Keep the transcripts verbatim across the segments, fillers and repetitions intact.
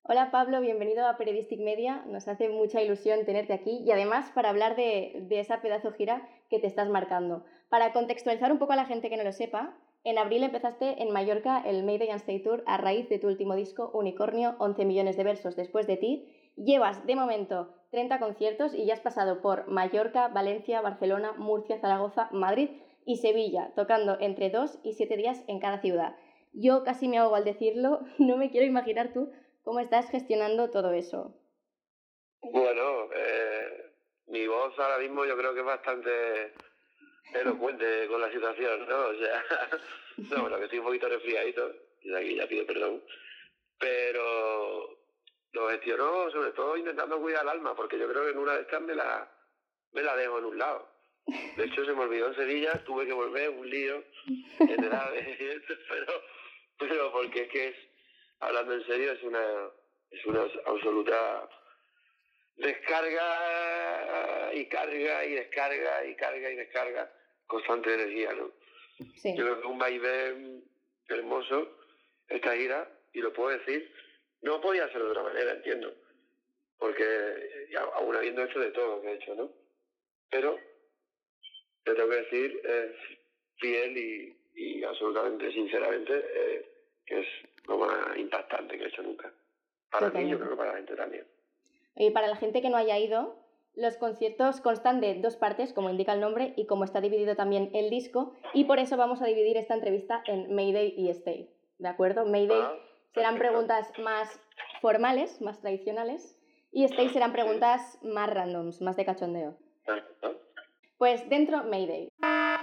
Hola Pablo, bienvenido a Periodistic Media. Nos hace mucha ilusión tenerte aquí y además para hablar de, de esa pedazo gira que te estás marcando. Para contextualizar un poco a la gente que no lo sepa, en abril empezaste en Mallorca el Mayday and Stay Tour a raíz de tu último disco, Unicornio, once millones de versos después de ti. Llevas de momento treinta conciertos y ya has pasado por Mallorca, Valencia, Barcelona, Murcia, Zaragoza, Madrid y Sevilla, tocando entre dos y siete días en cada ciudad. Yo casi me ahogo al decirlo, no me quiero imaginar tú cómo estás gestionando todo eso. Bueno, eh, mi voz ahora mismo yo creo que es bastante elocuente con la situación, ¿no? O sea, no, bueno, que estoy un poquito resfriadito, y de aquí ya pido perdón, pero lo gestiono sobre todo intentando cuidar el alma, porque yo creo que en una de estas me la, me la dejo en un lado. De hecho, se me olvidó en Sevilla, tuve que volver, un lío general, pero, pero porque es que es, hablando en serio, es una, es una absoluta descarga y carga y descarga y carga y descarga constante de energía, ¿no? Sí. Yo creo que es un vaivén hermoso esta gira, y lo puedo decir, no podía ser de otra manera, entiendo, porque ya, aún habiendo hecho de todo lo que he hecho, ¿no? Pero te tengo que decir, es fiel y, y absolutamente, sinceramente, eh, que es lo más impactante que he hecho nunca. Para Totalmente. mí, yo creo que para la gente también. Y para la gente que no haya ido, los conciertos constan de dos partes, como indica el nombre, y como está dividido también el disco, y por eso vamos a dividir esta entrevista en Mayday y Stay, ¿de acuerdo? Mayday Ah, serán perfecto. preguntas más formales, más tradicionales, y Stay serán preguntas más randoms, más de cachondeo. Perfecto. Pues dentro, Mayday.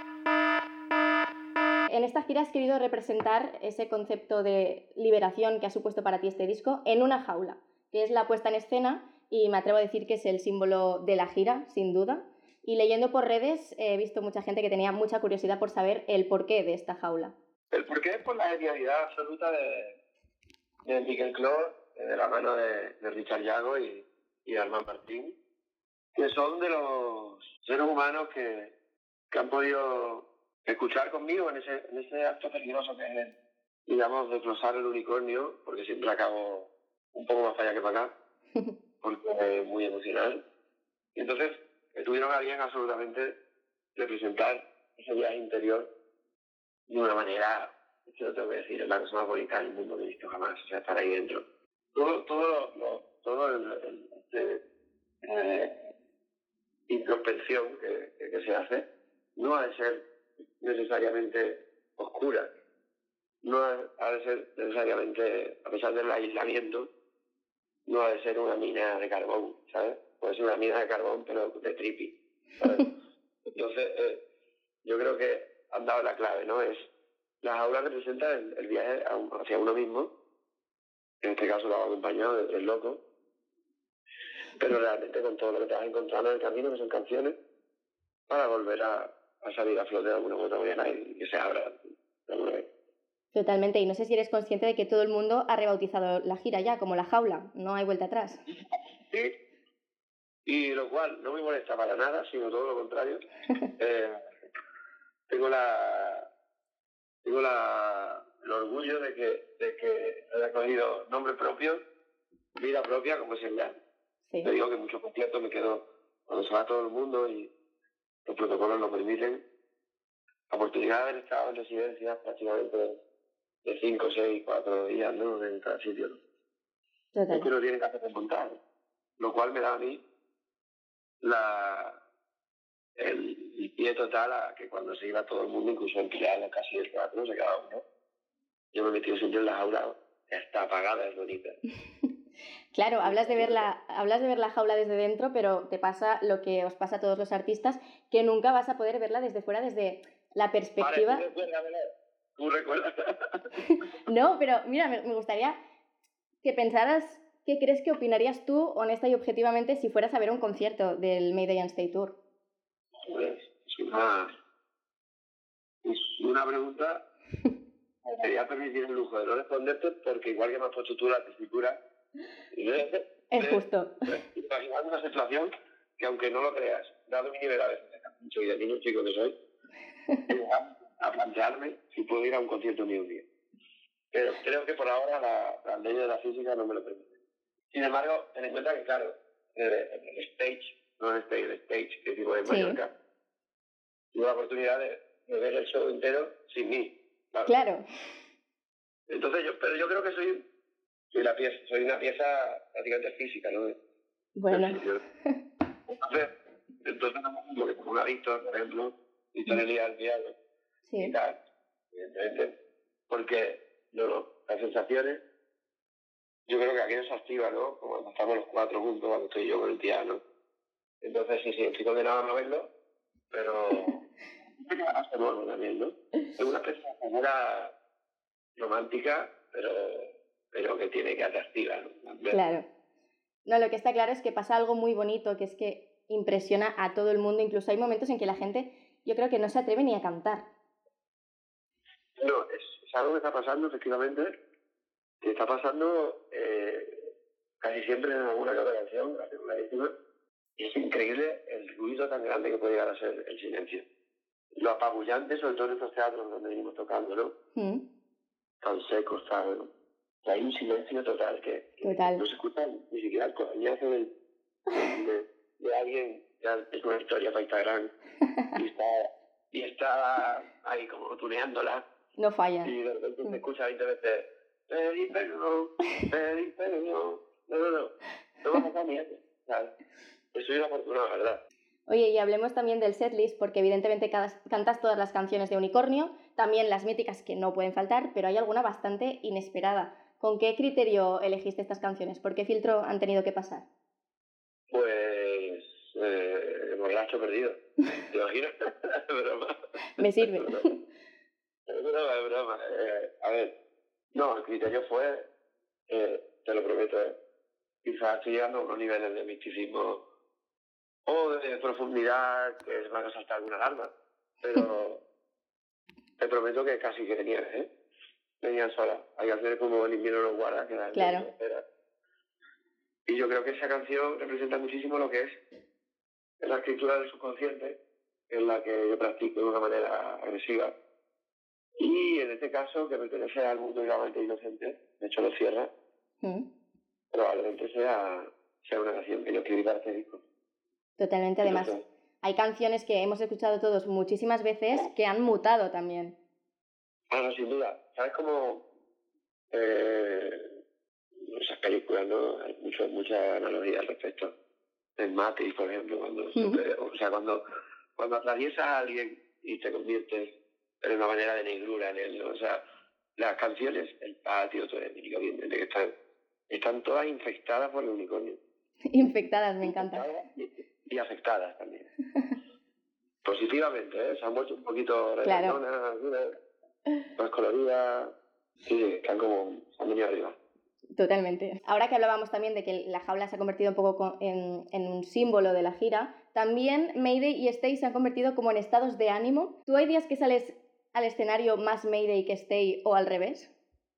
En esta gira has querido representar ese concepto de liberación que ha supuesto para ti este disco en una jaula, que es la puesta en escena, y me atrevo a decir que es el símbolo de la gira, sin duda. Y leyendo por redes he visto mucha gente que tenía mucha curiosidad por saber el porqué de esta jaula. El porqué es por la genialidad absoluta de, de Miquel Clor, de la mano de, de Richard Yago y, y de Armand Martín, que son de los seres humanos que, que han podido escuchar conmigo en ese, en ese acto peligroso que es, digamos, desglosar el unicornio, porque siempre acabo un poco más para allá que para acá, porque es muy emocional. Y entonces me tuvieron a bien absolutamente representar ese viaje interior de una manera, que lo tengo que decir, es la cosa más bonita del mundo que he visto jamás, o sea, estar ahí dentro. Todo, todo, lo, lo, todo el, el, este, eh, introspección que, que, que se hace no ha de ser necesariamente oscura, no ha, ha de ser necesariamente, a pesar del aislamiento, no ha de ser una mina de carbón, ¿sabes? Puede ser una mina de carbón, pero de trippy, ¿sabes? Entonces, eh, yo creo que han dado la clave, ¿no? Es la jaula representa el, el viaje a un, hacia uno mismo, en este caso lo hago acompañado de Tres Locos, pero realmente con todo lo que te vas encontrando en el camino, que son canciones, para volver a, a salir a flote de alguna u otra manera y que se abra de alguna vez. Totalmente, y no sé si eres consciente de que todo el mundo ha rebautizado la gira ya como La Jaula, no hay vuelta atrás. Sí, y lo cual no me molesta para nada, sino todo lo contrario. eh, tengo la tengo la el orgullo de que, de que haya cogido nombre propio, vida propia, como se llama. Sí. Te digo que muchos conciertos me quedo cuando se va todo el mundo y los protocolos lo permiten. La oportunidad de haber estado en residencias prácticamente de cinco, seis, cuatro días, ¿no? En cada sitio. Total. Es que no tienen que hacer desmontar, lo cual me da a mí la el, el pie total a que cuando se iba todo el mundo, incluso empleados casi el teatro, se quedaba uno. Yo me he metido siempre en la jaula, está apagada, es bonita. Claro, hablas de ver la, hablas de ver la jaula desde dentro, pero te pasa lo que os pasa a todos los artistas, que nunca vas a poder verla desde fuera, desde la perspectiva... Vale, tú recuérdamelo, tú recuerdas. No, pero mira, me, me gustaría que pensaras qué crees que opinarías tú, honesta y objetivamente, si fueras a ver un concierto del Mayday and Stay Tour. Pues, es una, es una pregunta que me quería permitir el lujo de no responderte, porque igual que me has puesto tú la tesitura, es justo. Imaginando una situación que, aunque no lo creas, dado mi nivel a veces de mucho y de niño chico que soy, a plantearme si puedo ir a un concierto mío un día. Pero creo que por ahora la, la ley de la física no me lo permite. Sin embargo, ten en cuenta que, claro, el, el stage, no el stage, el stage que digo en Sí. Mallorca, tuve la oportunidad de, de ver el show entero sin mí. Claro. Claro. Entonces yo, pero yo creo que soy, soy la pieza, soy una pieza prácticamente física, ¿no? Bueno. Entonces, entonces como que como una Víctor, por ejemplo, Víctor Elías Alviado, Sí. y tal, evidentemente, porque no, no, las sensaciones, yo creo que aquí se activa, ¿no? Como cuando estamos los cuatro juntos, cuando estoy yo con el piano. Entonces sí, sí, estoy condenado a no verlo, pero hace nuevo también, ¿no? Es una persona romántica, pero, pero que tiene que atractiva, ¿no? Claro. No, lo que está claro es que pasa algo muy bonito, que es que impresiona a todo el mundo. Incluso hay momentos en que la gente, yo creo que no se atreve ni a cantar. No, es, es algo que está pasando, efectivamente, que está pasando eh, casi siempre en alguna que otra canción, la reguladísima, y es increíble el ruido tan grande que puede llegar a ser el silencio. Lo apabullante, sobre todo en estos teatros donde venimos tocando, ¿no? Mm. Tan secos, ¿sabes? Que hay un silencio total que, que Total. no se escucha ni siquiera el coñazo del, de, de alguien, ya es una historia para Instagram, y está, y está ahí como tuneándola. No falla. Y de repente se escucha veinte veces, pedí perdón, pedí perdón, no, no, no, no me ha pasado mierda, ¿sabes? Pues soy una afortunada, ¿verdad? Oye, y hablemos también del setlist, porque evidentemente cada- cantas todas las canciones de Unicornio, también las míticas que no pueden faltar, pero hay alguna bastante inesperada. ¿Con qué criterio elegiste estas canciones? ¿Por qué filtro han tenido que pasar? Pues, eh, borracho perdido, ¿te imaginas? Es broma. Me sirve. Es broma, es broma. Es broma. Eh, a ver, no, el criterio fue, eh, te lo prometo, eh, quizás estoy llegando a unos niveles de misticismo o de profundidad que se van a saltar alguna alarma, pero te prometo que casi que venían, ¿eh? Venían solas. Hay canciones como El invierno nos guarda, que la gente Claro. no espera. Y yo creo que esa canción representa muchísimo lo que es la escritura del subconsciente, en la que yo practico de una manera agresiva. Y en este caso, que pertenece al mundo de la mente inocente, de hecho lo cierra, Mm. probablemente sea, sea una canción que yo escribí para este disco. Totalmente, además, Entonces, hay canciones que hemos escuchado todos muchísimas veces que han mutado también. ah, no, sin duda. ¿Sabes cómo eh, esas películas, ¿no? Hay mucho, mucha analogía al respecto. En Matrix, por ejemplo, cuando, Mm. o sea, cuando, cuando atraviesas a alguien y te conviertes en una manera de negrura en él, ¿no? O sea, las canciones, el patio, todo el únicamente que están, están todas infectadas por el unicornio. Infectadas, me encanta. Y, y afectadas también. Positivamente, ¿eh? Se han vuelto un poquito Claro. redondonas, algunas más coloridas. Sí, sí, están como, se han venido arriba. Totalmente. Ahora que hablábamos también de que la jaula se ha convertido un poco con- en, en un símbolo de la gira, también Mayday y Stay se han convertido como en estados de ánimo. ¿Tú hay días que sales al escenario más Mayday que Stay o al revés?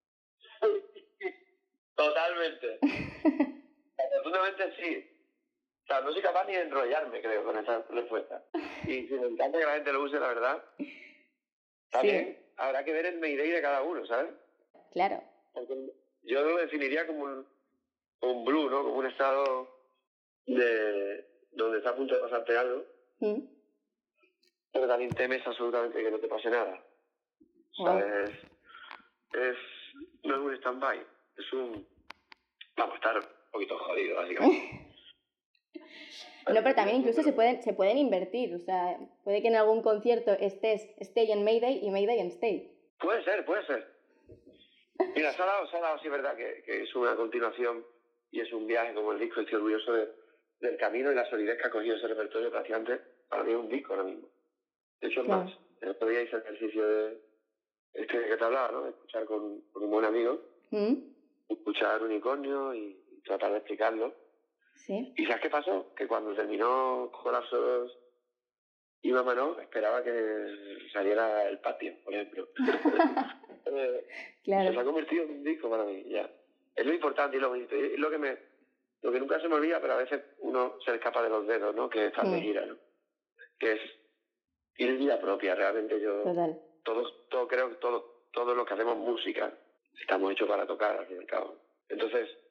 Totalmente. Afortunadamente sí. O sea, no soy capaz ni de enrollarme, creo, con esa respuesta. Y si me encanta que la gente lo use, la verdad, también Sí, habrá que ver el Mayday de cada uno, ¿sabes? claro. Porque yo lo definiría como un, un blue, ¿no? Como un estado de donde está a punto de pasarte algo, Mm. pero también temes absolutamente que no te pase nada. Wow. ¿Sabes? Es, no es un stand-by, es un... Vamos a estar un poquito jodido, básicamente. No, pero también incluso se pueden, se pueden invertir. O sea, puede que en algún concierto estés Stay en Mayday y Mayday en Stay. Puede ser, puede ser. Mira, se ha dado, se ha dado, sí, es verdad, que, que es una continuación y es un viaje como el disco. Estoy orgulloso de, del camino y la solidez que ha cogido ese repertorio prácticamente. Para mí es un disco ahora mismo. De hecho, es Claro. más. El otro día hice el ejercicio de este que te hablaba, ¿no? De escuchar con, con un buen amigo, ¿Mm? escuchar Unicornio y, y tratar de explicarlo. Sí. ¿Y sabes qué pasó? Que cuando terminó Colapsos y Mamá No, esperaba que saliera El Patio, por ejemplo. eh, Claro. Se ha convertido en un disco para mí, ya. Es lo importante y lo bonito. Y es lo que me, lo que nunca se me olvida, pero a veces uno se le escapa de los dedos, ¿no? Que es estar de Mm. gira, ¿no? Que es ir vida propia. Realmente yo, Total. todos, todo, creo que todo, todo lo que hacemos música, estamos hechos para tocar, al fin y al cabo. Entonces,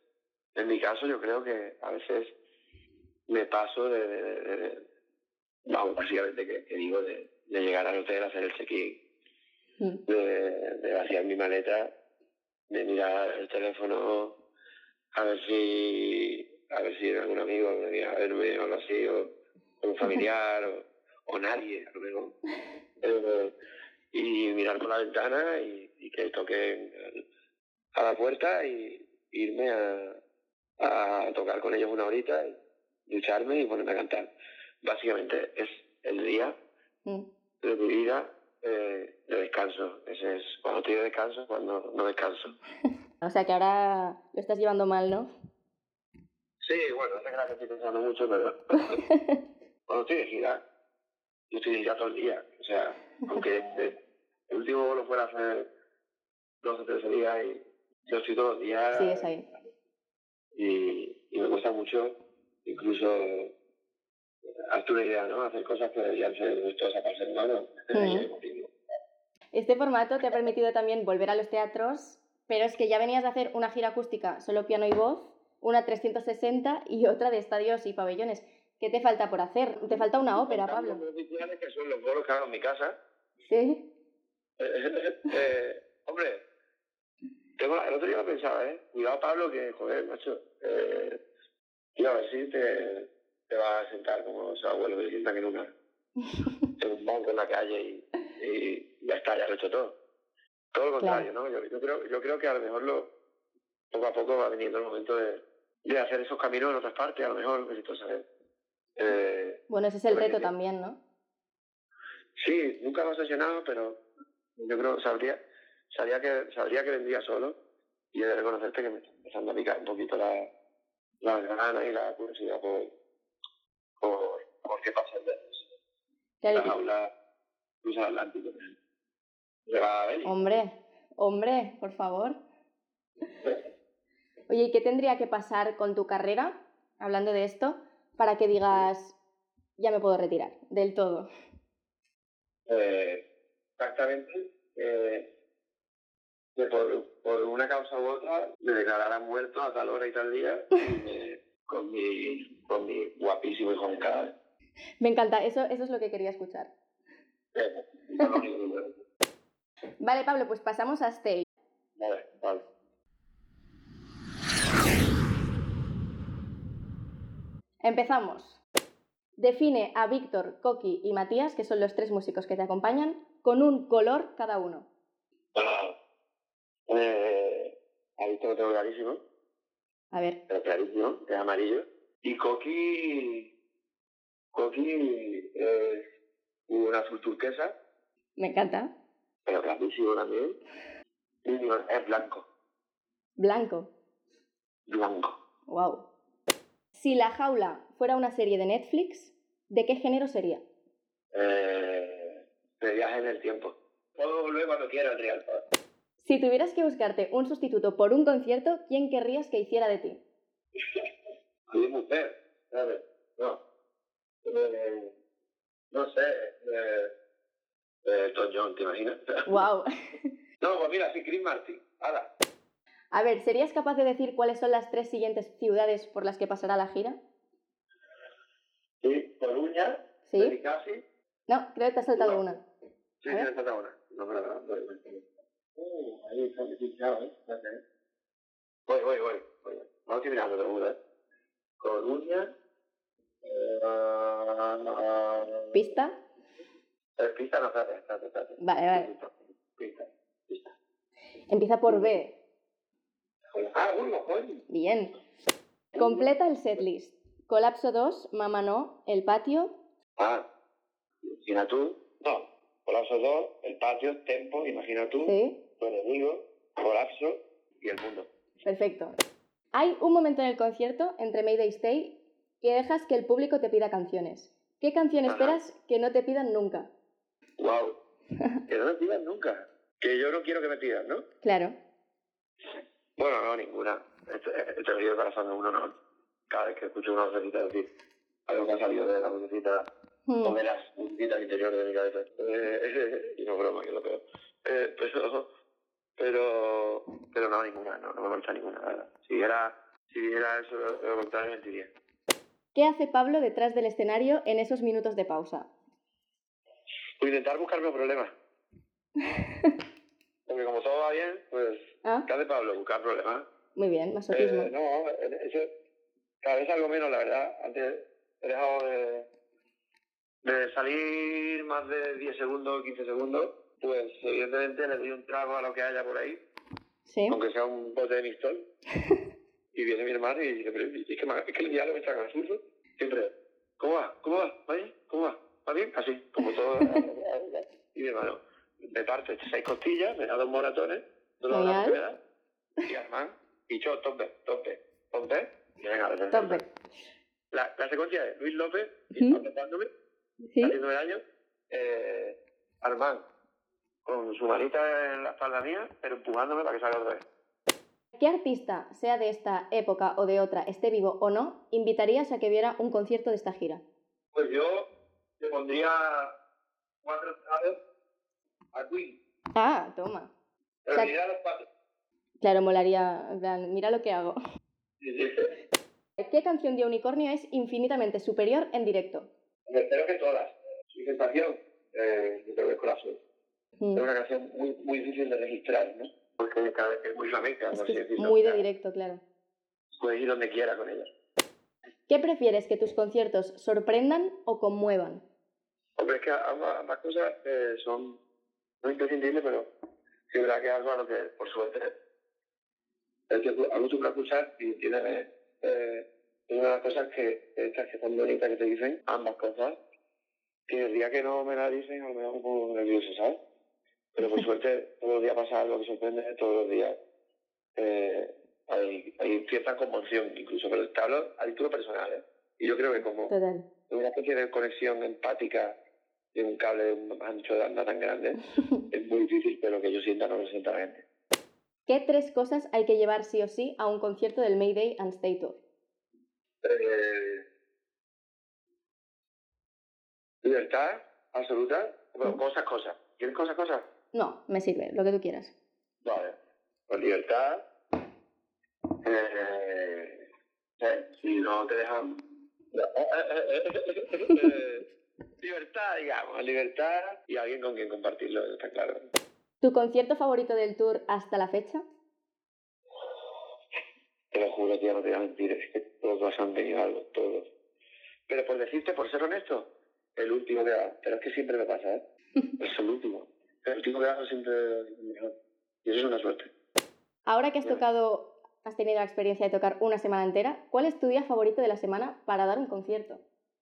en mi caso yo creo que a veces me paso de, de, de, de vamos, básicamente que, que digo, de, de llegar al hotel, hacer el check-in, mm. de, de vaciar mi maleta, de mirar el teléfono, a ver si a ver si algún amigo me viene a verme o algo así, o un familiar, o, o nadie, a lo mejor. Eh, y mirar por la ventana y, y que toquen a la puerta y irme a, a tocar con ellos una horita, y ducharme y ponerme a cantar. Básicamente es el día mm. de mi vida eh, de descanso. Ese es cuando estoy de descanso, cuando no descanso. O sea que ahora lo estás llevando mal, ¿no? Sí, bueno, no sé que estoy pensando mucho, pero cuando estoy de gira, yo estoy de gira todo el día. O sea, aunque el, el último vuelo fuera hace dos o tres días, y yo estoy todos los días. Sí, es ahí. Y, y me cuesta mucho, incluso, hazte una idea, ¿no? Hacer cosas que deberían ser gustosas para el ser humano. Mm. Este formato te ha permitido también volver a los teatros, pero es que ya venías de hacer una gira acústica, solo piano y voz, una trescientos sesenta y otra de estadios y pabellones. ¿Qué te falta por hacer? Te falta una ópera, Pablo. Los oficiales, que son los bolos que hago en mi casa. ¿Sí? Eh, eh, hombre, tengo, el otro día lo pensaba, ¿eh? Cuidado, Pablo, que, joder, macho, eh, tío, a ver si te, te vas a sentar como esos abuelos que se sientan en una, en un banco en la calle y, y ya está, ya lo he hecho todo. Todo lo contrario, claro. ¿no? Yo, yo, creo, yo creo que a lo mejor lo, poco a poco va viniendo el momento de, de hacer esos caminos en otras partes, a lo mejor, necesito saber. Eh, bueno, ese es el reto también, ¿no? Sí, nunca me he obsesionado, pero yo creo que sabría, sabría que sabría que vendría solo, y he de reconocerte que me está empezando a picar un poquito la, la ganas y la curiosidad por, por, por qué pasa el de claro. La jaula cruza el Atlántico. ¿Se va a ver? Hombre, hombre, por favor. Oye, ¿y qué tendría que pasar con tu carrera, hablando de esto, para que digas, ya me puedo retirar del todo? Eh, exactamente. Eh, que por, por una causa u otra me declararan muerto a tal hora y tal día y me, con, mi, con mi guapísimo hijo en cada vez. Me encanta, eso, eso es lo que quería escuchar. Eh, es lo único que me gusta. Vale, Pablo, pues pasamos a Stage. Vale, vale. Empezamos. Define a Víctor, Coqui y Matías, que son los tres músicos que te acompañan, con un color cada uno. Ah, eh, a Víctor lo tengo clarísimo. A ver. Pero clarísimo, es amarillo. Y Coqui, Coqui es un azul turquesa. Me encanta. Pero clarísimo también. Y es blanco. Blanco. Blanco. Wow. Si La Jaula fuera una serie de Netflix, ¿de qué género sería? Eh, de viaje en el tiempo. Puedo volver cuando quiera al Real. Si tuvieras que buscarte un sustituto por un concierto, ¿quién querrías que hiciera de ti? Mi mujer, ¿sabes? No. Eh, no sé. Eh, eh, Tom John, ¿te imaginas? Wow. No, pues mira, sí, Chris Martin. ¡Hala! A ver, ¿serías capaz de decir cuáles son las tres siguientes ciudades por las que pasará la gira? Sí, Coruña, ¿Sí? Benicassi. No, creo que te has saltado no. una. Sí, sí, me he saltado una. No, no, no, no, no. Uh, ahí está picado, ¿eh? Voy, voy, voy, voy. Vamos a mirando todo, ¿eh? Coruña. Uh, ¿Pista? Eh, pista no, espérate, espérate, espérate. Vale, vale. Pista, pista. Empieza por B. Ah, uno, coño. Bien. Completa el setlist. Colapso dos, Mamá No, El Patio. Ah, Imagina Tú. No, Colapso dos, El Patio, Tempo, Imagina Tú. Sí. Tu Enemigo, Colapso y El Mundo. Perfecto. Hay un momento en el concierto, entre Mayday Stay, que dejas que el público te pida canciones. ¿Qué canción Ajá. esperas que no te pidan nunca? Wow. Que no me pidan nunca. Que yo no quiero que me pidan, ¿no? Claro. Bueno, no, ninguna. Este, este río de corazón de uno no. Cada vez que escucho una vocecita decir algo que ha salido de la vocecita hmm. o de las vocecitas interiores de mi cabeza. Eh, y no broma, que es lo peor. Eh, pero, pero, pero no, ninguna, no, no me marcha ninguna, la verdad. Si era Si dijera eso, lo, lo contrario mentiría. ¿Qué hace Pablo detrás del escenario en esos minutos de pausa? Pues intentar buscarme problemas. Porque como todo va bien, pues, ¿Ah? ¿qué hace Pablo? Buscar problemas. Muy bien, masoquismo. Eh, no, eso cada vez algo menos, la verdad. Antes he dejado de, de salir más de diez segundos, quince segundos. Pues evidentemente le doy un trago a lo que haya por ahí, ¿Sí? aunque sea un bote de mistol. Y viene mi hermano y dice, pero es que, me- es que el diálogo me está absurdo. Siempre, ¿cómo va? ¿Cómo va? ¿Va bien? ¿Cómo va? ¿Va bien? Así, como todo. Y mi hermano me parte seis costillas, me da dos moratones, dos abrazos que me da, y Armán, y yo, tope, tope, tope, y venga, a ver, Tope. La, la secuencia es Luis López, ¿Mm? apretándome, ¿Sí? haciéndome daño, eh, Armán con su manita en la espalda mía, pero empujándome para que salga otra vez. ¿Qué artista, sea de esta época o de otra, esté vivo o no, invitarías a que viera un concierto de esta gira? Pues yo le pondría cuatro estados a Queen. Ah, toma. Pero O sea, mira los cuatro. Claro, molaría, en plan, mira lo que hago. Sí, sí. ¿Qué canción de Unicornio es infinitamente superior en directo? Me espero que todas. Su sensación, eh, yo creo que es Corazón. Mm. Es una canción muy, muy difícil de registrar, ¿no? Porque cada vez es muy flamenca, Es por que así es decirlo. muy de Claro. directo, claro. Puedes ir donde quiera con ella. ¿Qué prefieres, que tus conciertos sorprendan o conmuevan? Hombre, es que ambas, ambas cosas eh, son no imprescindibles, pero sí es verdad que es algo a lo que, por suerte, es que acostumbro a escuchar y tiene eh, es una de las cosas que estas que son bonitas que te dicen, ambas cosas, que el día que no me la dicen a lo mejor un poco nervioso, ¿sabes? Pero por suerte todos los días pasa algo que sorprende, todos los días eh, hay, hay cierta conmoción incluso, pero te hablo a título personal, ¿eh? Y yo creo que como Total. una especie de conexión empática de un cable de un ancho de banda tan grande, es muy difícil, pero que yo sienta no lo sienta la gente. ¿Qué tres cosas hay que llevar sí o sí a un concierto del Mayday and Stay Tour? Eh, libertad absoluta, bueno, ¿Mm? cosas, cosas. ¿Quieres cosas, cosas? No, me sirve, lo que tú quieras. Vale. Pues libertad. Eh, eh, si no te dejan. Eh, eh, eh, eh, eh, libertad, digamos, libertad y alguien con quien compartirlo, está claro. ¿Tu concierto favorito del tour hasta la fecha? Te lo juro, tía, no te voy a mentir, es que todos han tenido algo, todos. Pero por decirte, por ser honesto, el último que hago, pero es que siempre me pasa, ¿eh? Es el último. El último que hago siempre es mejor. Y eso es una suerte. Ahora que has Bien. tocado, has tenido la experiencia de tocar una semana entera, ¿cuál es tu día favorito de la semana para dar un concierto?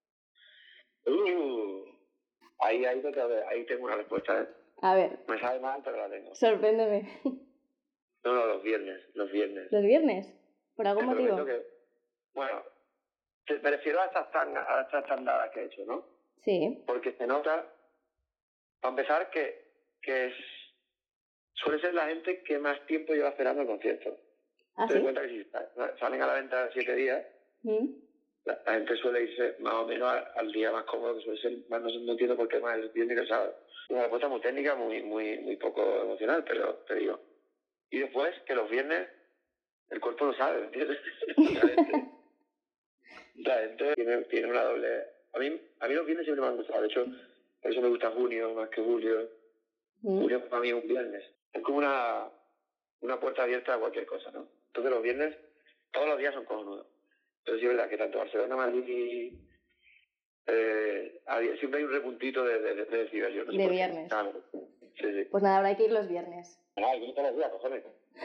Uh, ahí, ahí, te- ahí tengo una respuesta, ¿eh? A ver, Me sabe mal, pero la tengo. sorpréndeme. No, no, los viernes, los viernes. ¿Los viernes? ¿Por algún Te motivo? prometo que, bueno, te- me refiero a estas, tan, a estas tandadas que he hecho, ¿no? Sí. Porque se nota, para empezar, que, que es, suele ser la gente que más tiempo lleva esperando el concierto. ¿Ah, Te das sí? cuenta que si sa- salen a la venta siete días, ¿Mm? la, la gente suele irse más o menos al, al día más cómodo, que suele ser, más no, sé- no entiendo por qué más el viernes que el sábado. Una respuesta muy técnica, muy muy muy poco emocional, pero te digo. Y después, que los viernes, el cuerpo lo sabe, ¿me entiendes? La gente, la gente tiene, tiene una doble... A mí, a mí los viernes siempre me han gustado, de hecho, por eso me gusta junio más que julio. ¿Mm? Julio para mí es un viernes. Es como una, una puerta abierta a cualquier cosa, ¿no? Entonces los viernes, todos los días son cojonudos. Pero sí es verdad que tanto Barcelona, Madrid y... Eh, había- siempre hay un repuntito de, de, de, de decir yo. No sé De por qué. viernes. Claro. Sí, sí. Pues nada, habrá que ir los viernes. Ah, yo no todos los días, cojones.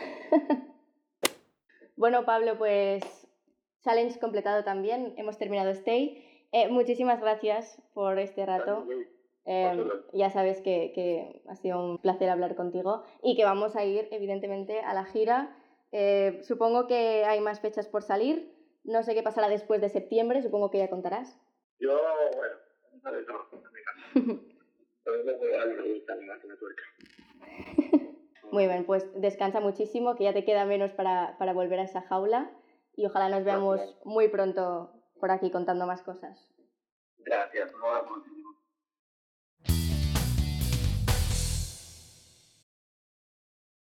Bueno, Pablo, pues challenge completado también. Hemos terminado Stay. Eh, muchísimas gracias por este rato. Eh, ya sabes que, que ha sido un placer hablar contigo y que vamos a ir, evidentemente, a la gira. Eh, supongo que hay más fechas por salir. No sé qué pasará después de septiembre. Supongo que ya contarás. Yo, bueno, no, no, no. Pero no puedo darle una vuelta en la que me tuerca. Muy bien, pues descansa muchísimo, que ya te queda menos para, para volver a esa jaula y ojalá nos veamos muy pronto por aquí contando más cosas. Gracias, no vamos.